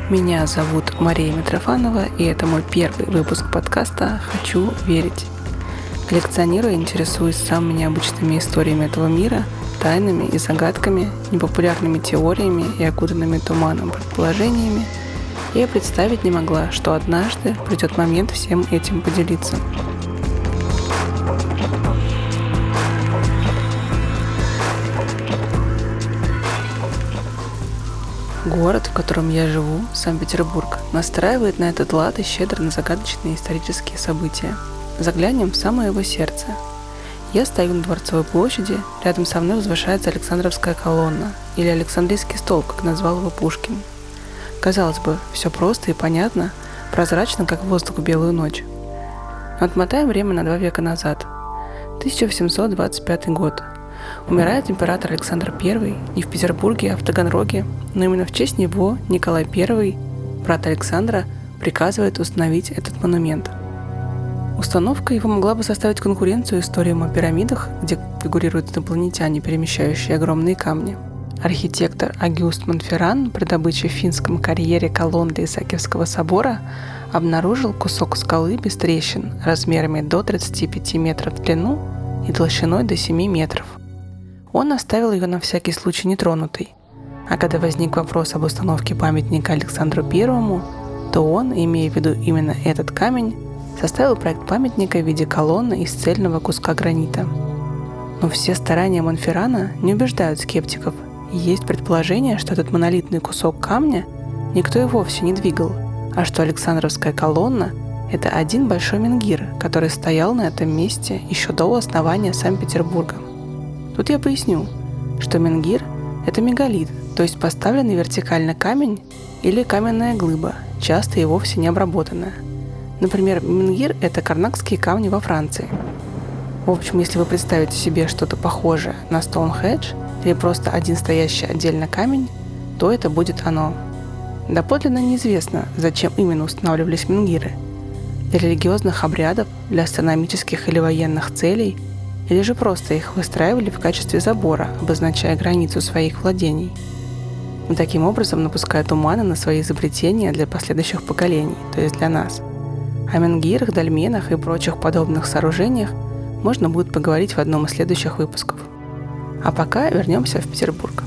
Меня зовут Мария Митрофанова, и это мой первый выпуск подкаста «Хочу верить». Коллекционирую и интересуюсь самыми необычными историями этого мира, тайнами и загадками, непопулярными теориями и окутанными туманом предположениями. Я представить не могла, что однажды придет момент всем этим поделиться. Город, в котором я живу, Санкт-Петербург, настраивает на этот лад и щедро на загадочные исторические события. Заглянем в самое его сердце. Я стою на Дворцовой площади, рядом со мной возвышается Александровская колонна, или Александрийский столб, как назвал его Пушкин. Казалось бы, все просто и понятно, прозрачно, как воздух в белую ночь. Но отмотаем время на 2 века назад. 1825 год. Умирает император Александр I не в Петербурге, а в Таганроге, но именно в честь него Николай I, брат Александра, приказывает установить этот монумент. Установка его могла бы составить конкуренцию историям о пирамидах, где фигурируют инопланетяне, перемещающие огромные камни. Архитектор Агюст Монферран при добыче в финском карьере колонны Исаакиевского собора обнаружил кусок скалы без трещин размерами до 35 метров в длину и толщиной до 7 метров. Он оставил ее на всякий случай нетронутой. А когда возник вопрос об установке памятника Александру Первому, то он, имея в виду именно этот камень, составил проект памятника в виде колонны из цельного куска гранита. Но все старания Монферрана не убеждают скептиков, и есть предположение, что этот монолитный кусок камня никто и вовсе не двигал, а что Александровская колонна – это один большой менгир, который стоял на этом месте еще до основания Санкт-Петербурга. Тут я поясню, что менгир – это мегалит, то есть поставленный вертикально камень или каменная глыба, часто и вовсе не обработанная. Например, менгир – это карнакские камни во Франции. В общем, если вы представите себе что-то похожее на Стоунхендж или просто один стоящий отдельно камень, то это будет оно. Доподлинно неизвестно, зачем именно устанавливались менгиры. Для религиозных обрядов, для астрономических или военных целей, или же просто их выстраивали в качестве забора, обозначая границу своих владений. И таким образом напуская туманы на свои изобретения для последующих поколений, то есть для нас. О менгирах, дольменах и прочих подобных сооружениях можно будет поговорить в одном из следующих выпусков. А пока вернемся в Петербург.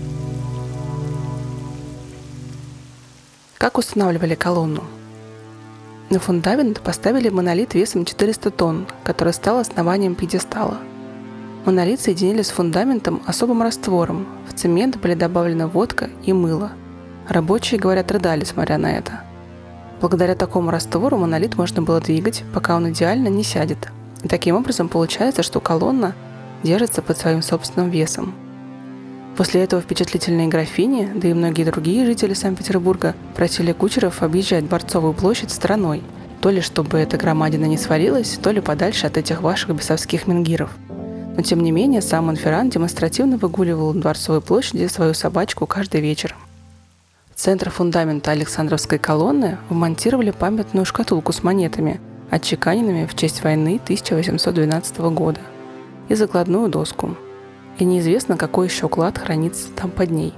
Как устанавливали колонну? На фундамент поставили монолит весом 400 тонн, который стал основанием пьедестала. Монолит соединили с фундаментом особым раствором. В цемент были добавлены водка и мыло. Рабочие, говорят, рыдали, смотря на это. Благодаря такому раствору монолит можно было двигать, пока он идеально не сядет. И таким образом получается, что колонна держится под своим собственным весом. После этого впечатлительные графини, да и многие другие жители Санкт-Петербурга просили кучеров объезжать Дворцовую площадь стороной, то ли чтобы эта громадина не свалилась, то ли подальше от этих ваших бесовских менгиров. Но тем не менее, сам Монферран демонстративно выгуливал на Дворцовой площади свою собачку каждый вечер. В центр фундамента Александровской колонны вмонтировали памятную шкатулку с монетами, отчеканенными в честь войны 1812 года, и закладную доску. И неизвестно, какой еще клад хранится там под ней.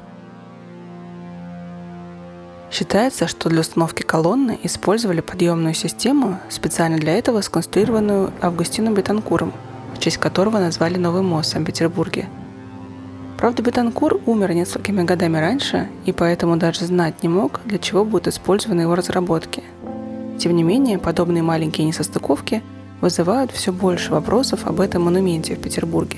Считается, что для установки колонны использовали подъемную систему, специально для этого сконструированную Августином Бетанкуром, в честь которого назвали новый мост в Санкт-Петербурге. Правда, Бетанкур умер несколькими годами раньше, и поэтому даже знать не мог, для чего будут использованы его разработки. Тем не менее, подобные маленькие несостыковки вызывают все больше вопросов об этом монументе в Петербурге.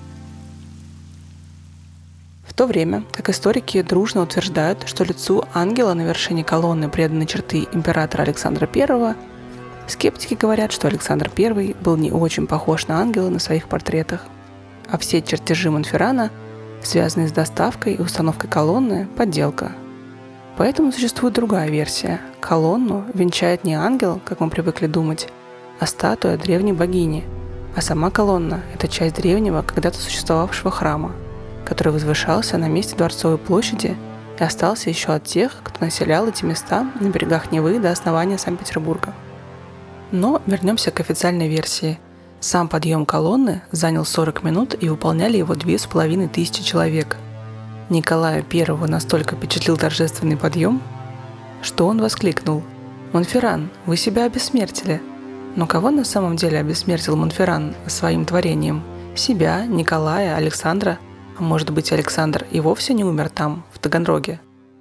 В то время, как историки дружно утверждают, что лицу ангела на вершине колонны преданы черты императора Александра I, скептики говорят, что Александр I был не очень похож на ангела на своих портретах, а все чертежи Монферрана, связанные с доставкой и установкой колонны, подделка. Поэтому существует другая версия. Колонну венчает не ангел, как мы привыкли думать, а статуя древней богини, а сама колонна – это часть древнего, когда-то существовавшего храма, который возвышался на месте Дворцовой площади и остался еще от тех, кто населял эти места на берегах Невы до основания Санкт-Петербурга. Но вернемся к официальной версии. Сам подъем колонны занял 40 минут и выполняли его 2500 человек. Николая I настолько впечатлил торжественный подъем, что он воскликнул: «Монферран, вы себя обессмертили!» Но кого на самом деле обессмертил Монферран своим творением? Себя, Николая, Александра? А может быть, Александр и вовсе не умер там, в Таганроге?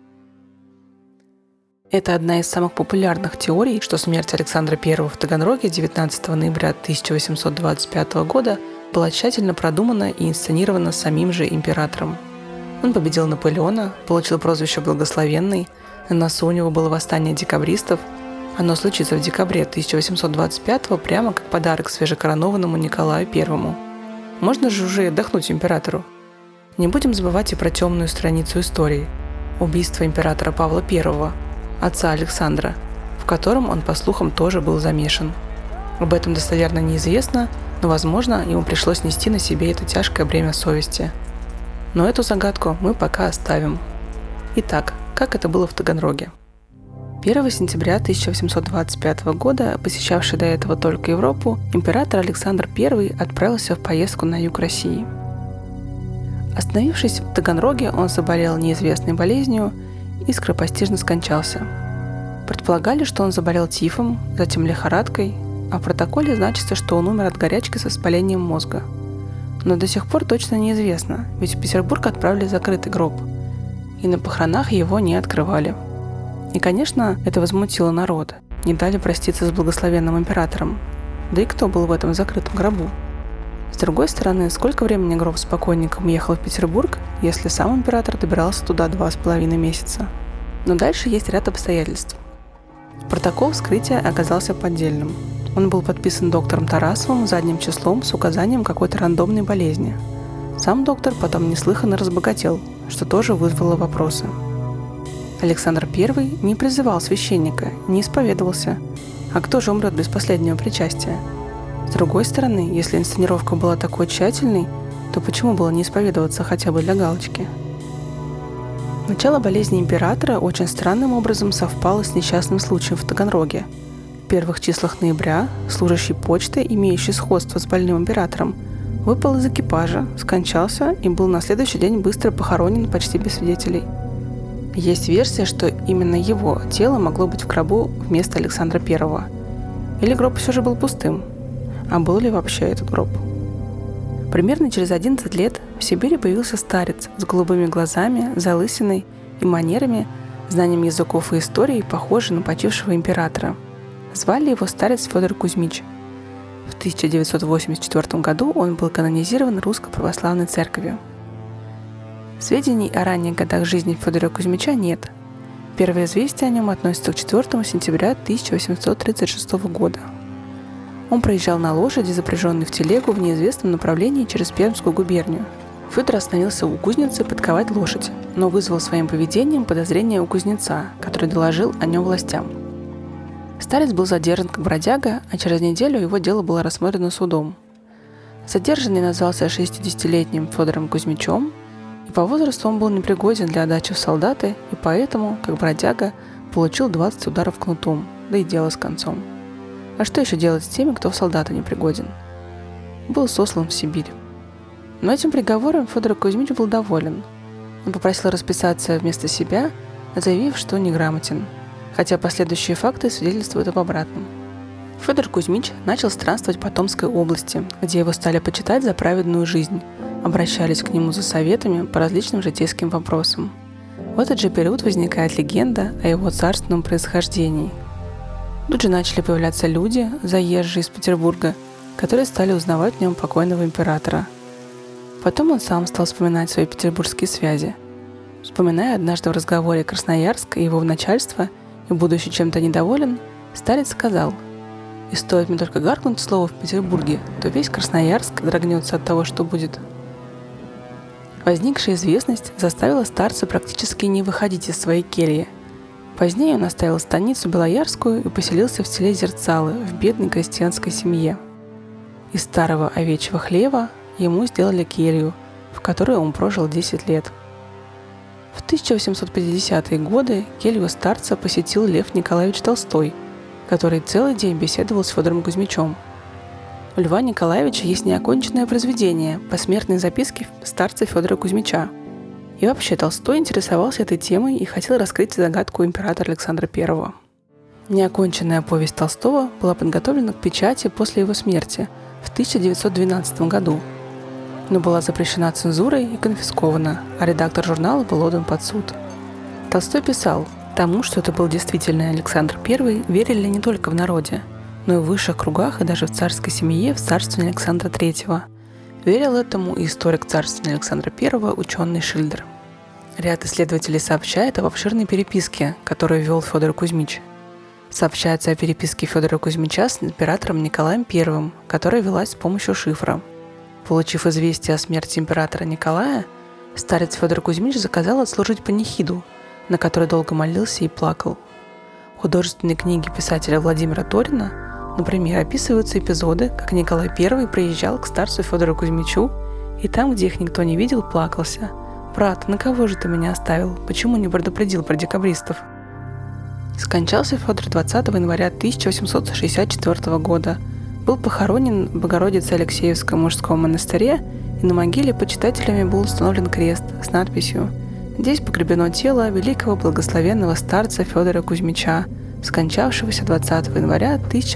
Это одна из самых популярных теорий, что смерть Александра I в Таганроге 19 ноября 1825 года была тщательно продумана и инсценирована самим же императором. Он победил Наполеона, получил прозвище «Благословенный», на носу у него было восстание декабристов. Оно случится в декабре 1825 прямо как подарок свежекоронованному Николаю I. Можно же уже отдохнуть императору. Не будем забывать и про темную страницу истории – убийство императора Павла I, отца Александра, в котором он, по слухам, тоже был замешан. Об этом достоверно неизвестно, но, возможно, ему пришлось нести на себе это тяжкое бремя совести. Но эту загадку мы пока оставим. Итак, как это было в Таганроге? 1 сентября 1825 года, посещавший до этого только Европу, император Александр I отправился в поездку на юг России. Остановившись в Таганроге, он заболел неизвестной болезнью и скоропостижно скончался. Предполагали, что он заболел тифом, затем лихорадкой, а в протоколе значится, что он умер от горячки с воспалением мозга. Но до сих пор точно неизвестно, ведь в Петербург отправили закрытый гроб, и на похоронах его не открывали. И, конечно, это возмутило народ, не дали проститься с благословенным императором. Да и кто был в этом закрытом гробу? С другой стороны, сколько времени гроб с покойником ехал в Петербург, если сам император добирался туда 2,5 месяца? Но дальше есть ряд обстоятельств. Протокол вскрытия оказался поддельным. Он был подписан доктором Тарасовым задним числом с указанием какой-то рандомной болезни. Сам доктор потом неслыханно разбогател, что тоже вызвало вопросы. Александр I не призывал священника, не исповедовался. А кто же умрет без последнего причастия? С другой стороны, если инсценировка была такой тщательной, то почему было не исповедоваться хотя бы для галочки? Начало болезни императора очень странным образом совпало с несчастным случаем в Таганроге. В первых числах ноября служащий почты, имеющий сходство с больным императором, выпал из экипажа, скончался и был на следующий день быстро похоронен почти без свидетелей. Есть версия, что именно его тело могло быть в гробу вместо Александра I. Или гроб все же был пустым? А был ли вообще этот гроб? Примерно через 11 лет в Сибири появился старец с голубыми глазами, залысиной и манерами, знанием языков и истории, похожий на почившего императора. Звали его старец Федор Кузьмич. В 1984 году он был канонизирован Русской Православной Церковью. Сведений о ранних годах жизни Федора Кузьмича нет. Первое известие о нем относится к 4 сентября 1836 года. Он проезжал на лошади, запряженной в телегу, в неизвестном направлении через Пермскую губернию. Федор остановился у кузницы подковать лошадь, но вызвал своим поведением подозрение у кузнеца, который доложил о нем властям. Старец был задержан как бродяга, а через неделю его дело было рассмотрено судом. Задержанный назвался 60-летним Федором Кузьмичем, и по возрасту он был непригоден для отдачи в солдаты, и поэтому, как бродяга, получил 20 ударов кнутом, да и дело с концом. А что еще делать с теми, кто в солдаты не пригоден? Был сослан в Сибирь. Но этим приговором Федор Кузьмич был доволен. Он попросил расписаться вместо себя, заявив, что неграмотен, хотя последующие факты свидетельствуют об обратном. Федор Кузьмич начал странствовать по Томской области, где его стали почитать за праведную жизнь, обращались к нему за советами по различным житейским вопросам. В этот же период возникает легенда о его царственном происхождении. Тут же начали появляться люди, заезжие из Петербурга, которые стали узнавать в нем покойного императора. Потом он сам стал вспоминать свои петербургские связи. Вспоминая однажды в разговоре Красноярск и его начальство, и будучи чем-то недоволен, старец сказал: «И стоит мне только гаркнуть слово в Петербурге, то весь Красноярск дрогнется от того, что будет». Возникшая известность заставила старца практически не выходить из своей кельи. Позднее он оставил станицу Белоярскую и поселился в селе Зерцалы в бедной крестьянской семье. Из старого овечьего хлева ему сделали келью, в которой он прожил 10 лет. В 1850-е годы келью старца посетил Лев Николаевич Толстой, который целый день беседовал с Федором Кузьмичем. У Льва Николаевича есть неоконченное произведение «Посмертные записки старца Федора Кузьмича». И вообще Толстой интересовался этой темой и хотел раскрыть загадку императора Александра I. Неоконченная повесть Толстого была подготовлена к печати после его смерти в 1912 году, но была запрещена цензурой и конфискована, а редактор журнала был отдан под суд. Толстой писал: тому, что это был действительно Александр I, верили не только в народе, но и в высших кругах и даже в царской семье в царствовании Александра III. Верил этому и историк царствования Александра I, ученый Шильдер. Ряд исследователей сообщает об обширной переписке, которую вел Федор Кузьмич. Сообщается о переписке Федора Кузьмича с императором Николаем I, которая велась с помощью шифра. Получив известие о смерти императора Николая, старец Федор Кузьмич заказал отслужить панихиду, на которой долго молился и плакал. В художественной книге писателя Владимира Торина, например, описываются эпизоды, как Николай I приезжал к старцу Федору Кузьмичу и там, где их никто не видел, плакался: «Брат, на кого же ты меня оставил? Почему не предупредил про декабристов?» Скончался Федор 20 января 1864 года. Был похоронен в Богородице-Алексеевском мужском монастыре, и на могиле почитателями был установлен крест с надписью: «Здесь погребено тело великого благословенного старца Федора Кузьмича, скончавшегося 20 января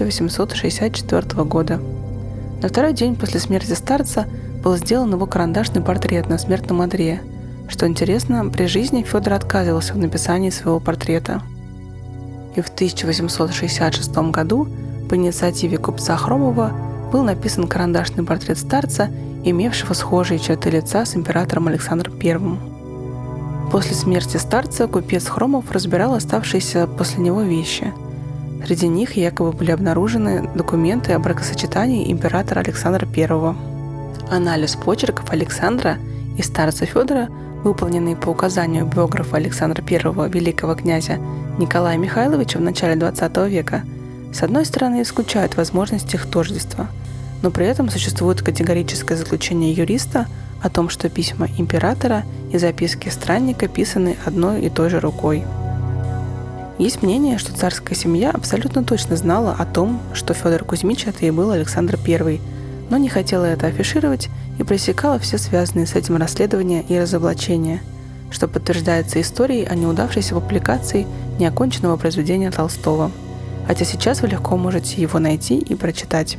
1864 года». На второй день после смерти старца был сделан его карандашный портрет на смертном одре. Что интересно, при жизни Федор отказывался в написании своего портрета. И в 1866 году по инициативе купца Хромова был написан карандашный портрет старца, имевшего схожие черты лица с императором Александром I. После смерти старца купец Хромов разбирал оставшиеся после него вещи. Среди них якобы были обнаружены документы о бракосочетании императора Александра I. Анализ почерков Александра и старца Федора, выполненный по указанию биографа Александра I, великого князя Николая Михайловича в начале XX века, с одной стороны, исключают возможность их тождества, но при этом существует категорическое заключение юриста о том, что письма императора и записки странника писаны одной и той же рукой. Есть мнение, что царская семья абсолютно точно знала о том, что Федор Кузьмич это и был Александр I, но не хотела это афишировать и пресекала все связанные с этим расследования и разоблачения, что подтверждается историей о неудавшейся публикации неоконченного произведения Толстого. Хотя сейчас вы легко можете его найти и прочитать.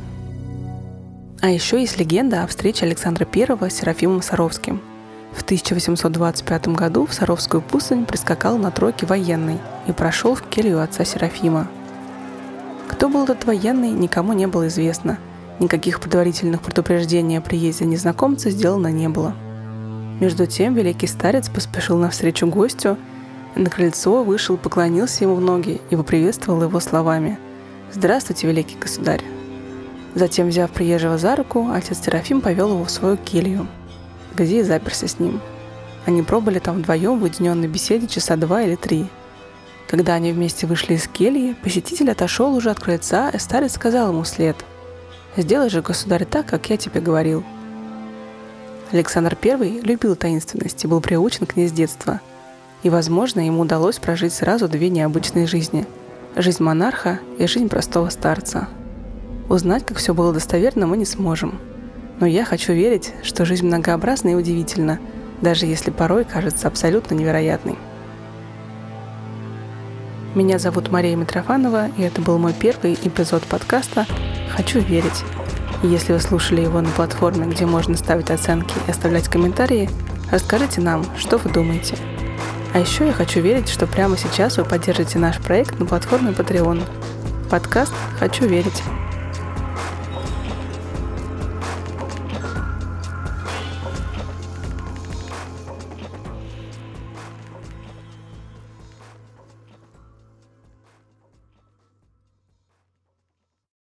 А еще есть легенда о встрече Александра I с Серафимом Саровским. В 1825 году в Саровскую пустынь прискакал на тройке военный и прошел в келью отца Серафима. Кто был этот военный, никому не было известно. Никаких предварительных предупреждений о приезде незнакомца сделано не было. Между тем великий старец поспешил навстречу гостю, на крыльцо вышел, поклонился ему в ноги и поприветствовал его словами: «Здравствуйте, великий государь». Затем, взяв приезжего за руку, отец Серафим повел его в свою келью, где и заперся с ним. Они пробыли там вдвоем в уединенной беседе часа 2 или 3. Когда они вместе вышли из кельи, посетитель отошел уже от крыльца, и старец сказал ему вслед: «Сделай же, государь, так, как я тебе говорил». Александр I любил таинственность и был приучен к ней с детства. И, возможно, ему удалось прожить сразу две необычные жизни – жизнь монарха и жизнь простого старца. Узнать, как все было достоверно, мы не сможем. Но я хочу верить, что жизнь многообразна и удивительна, даже если порой кажется абсолютно невероятной. Меня зовут Мария Митрофанова, и это был мой первый эпизод подкаста «Хочу верить». И если вы слушали его на платформе, где можно ставить оценки и оставлять комментарии, расскажите нам, что вы думаете. А еще я хочу верить, что прямо сейчас вы поддержите наш проект на платформе Patreon. Подкаст «Хочу верить».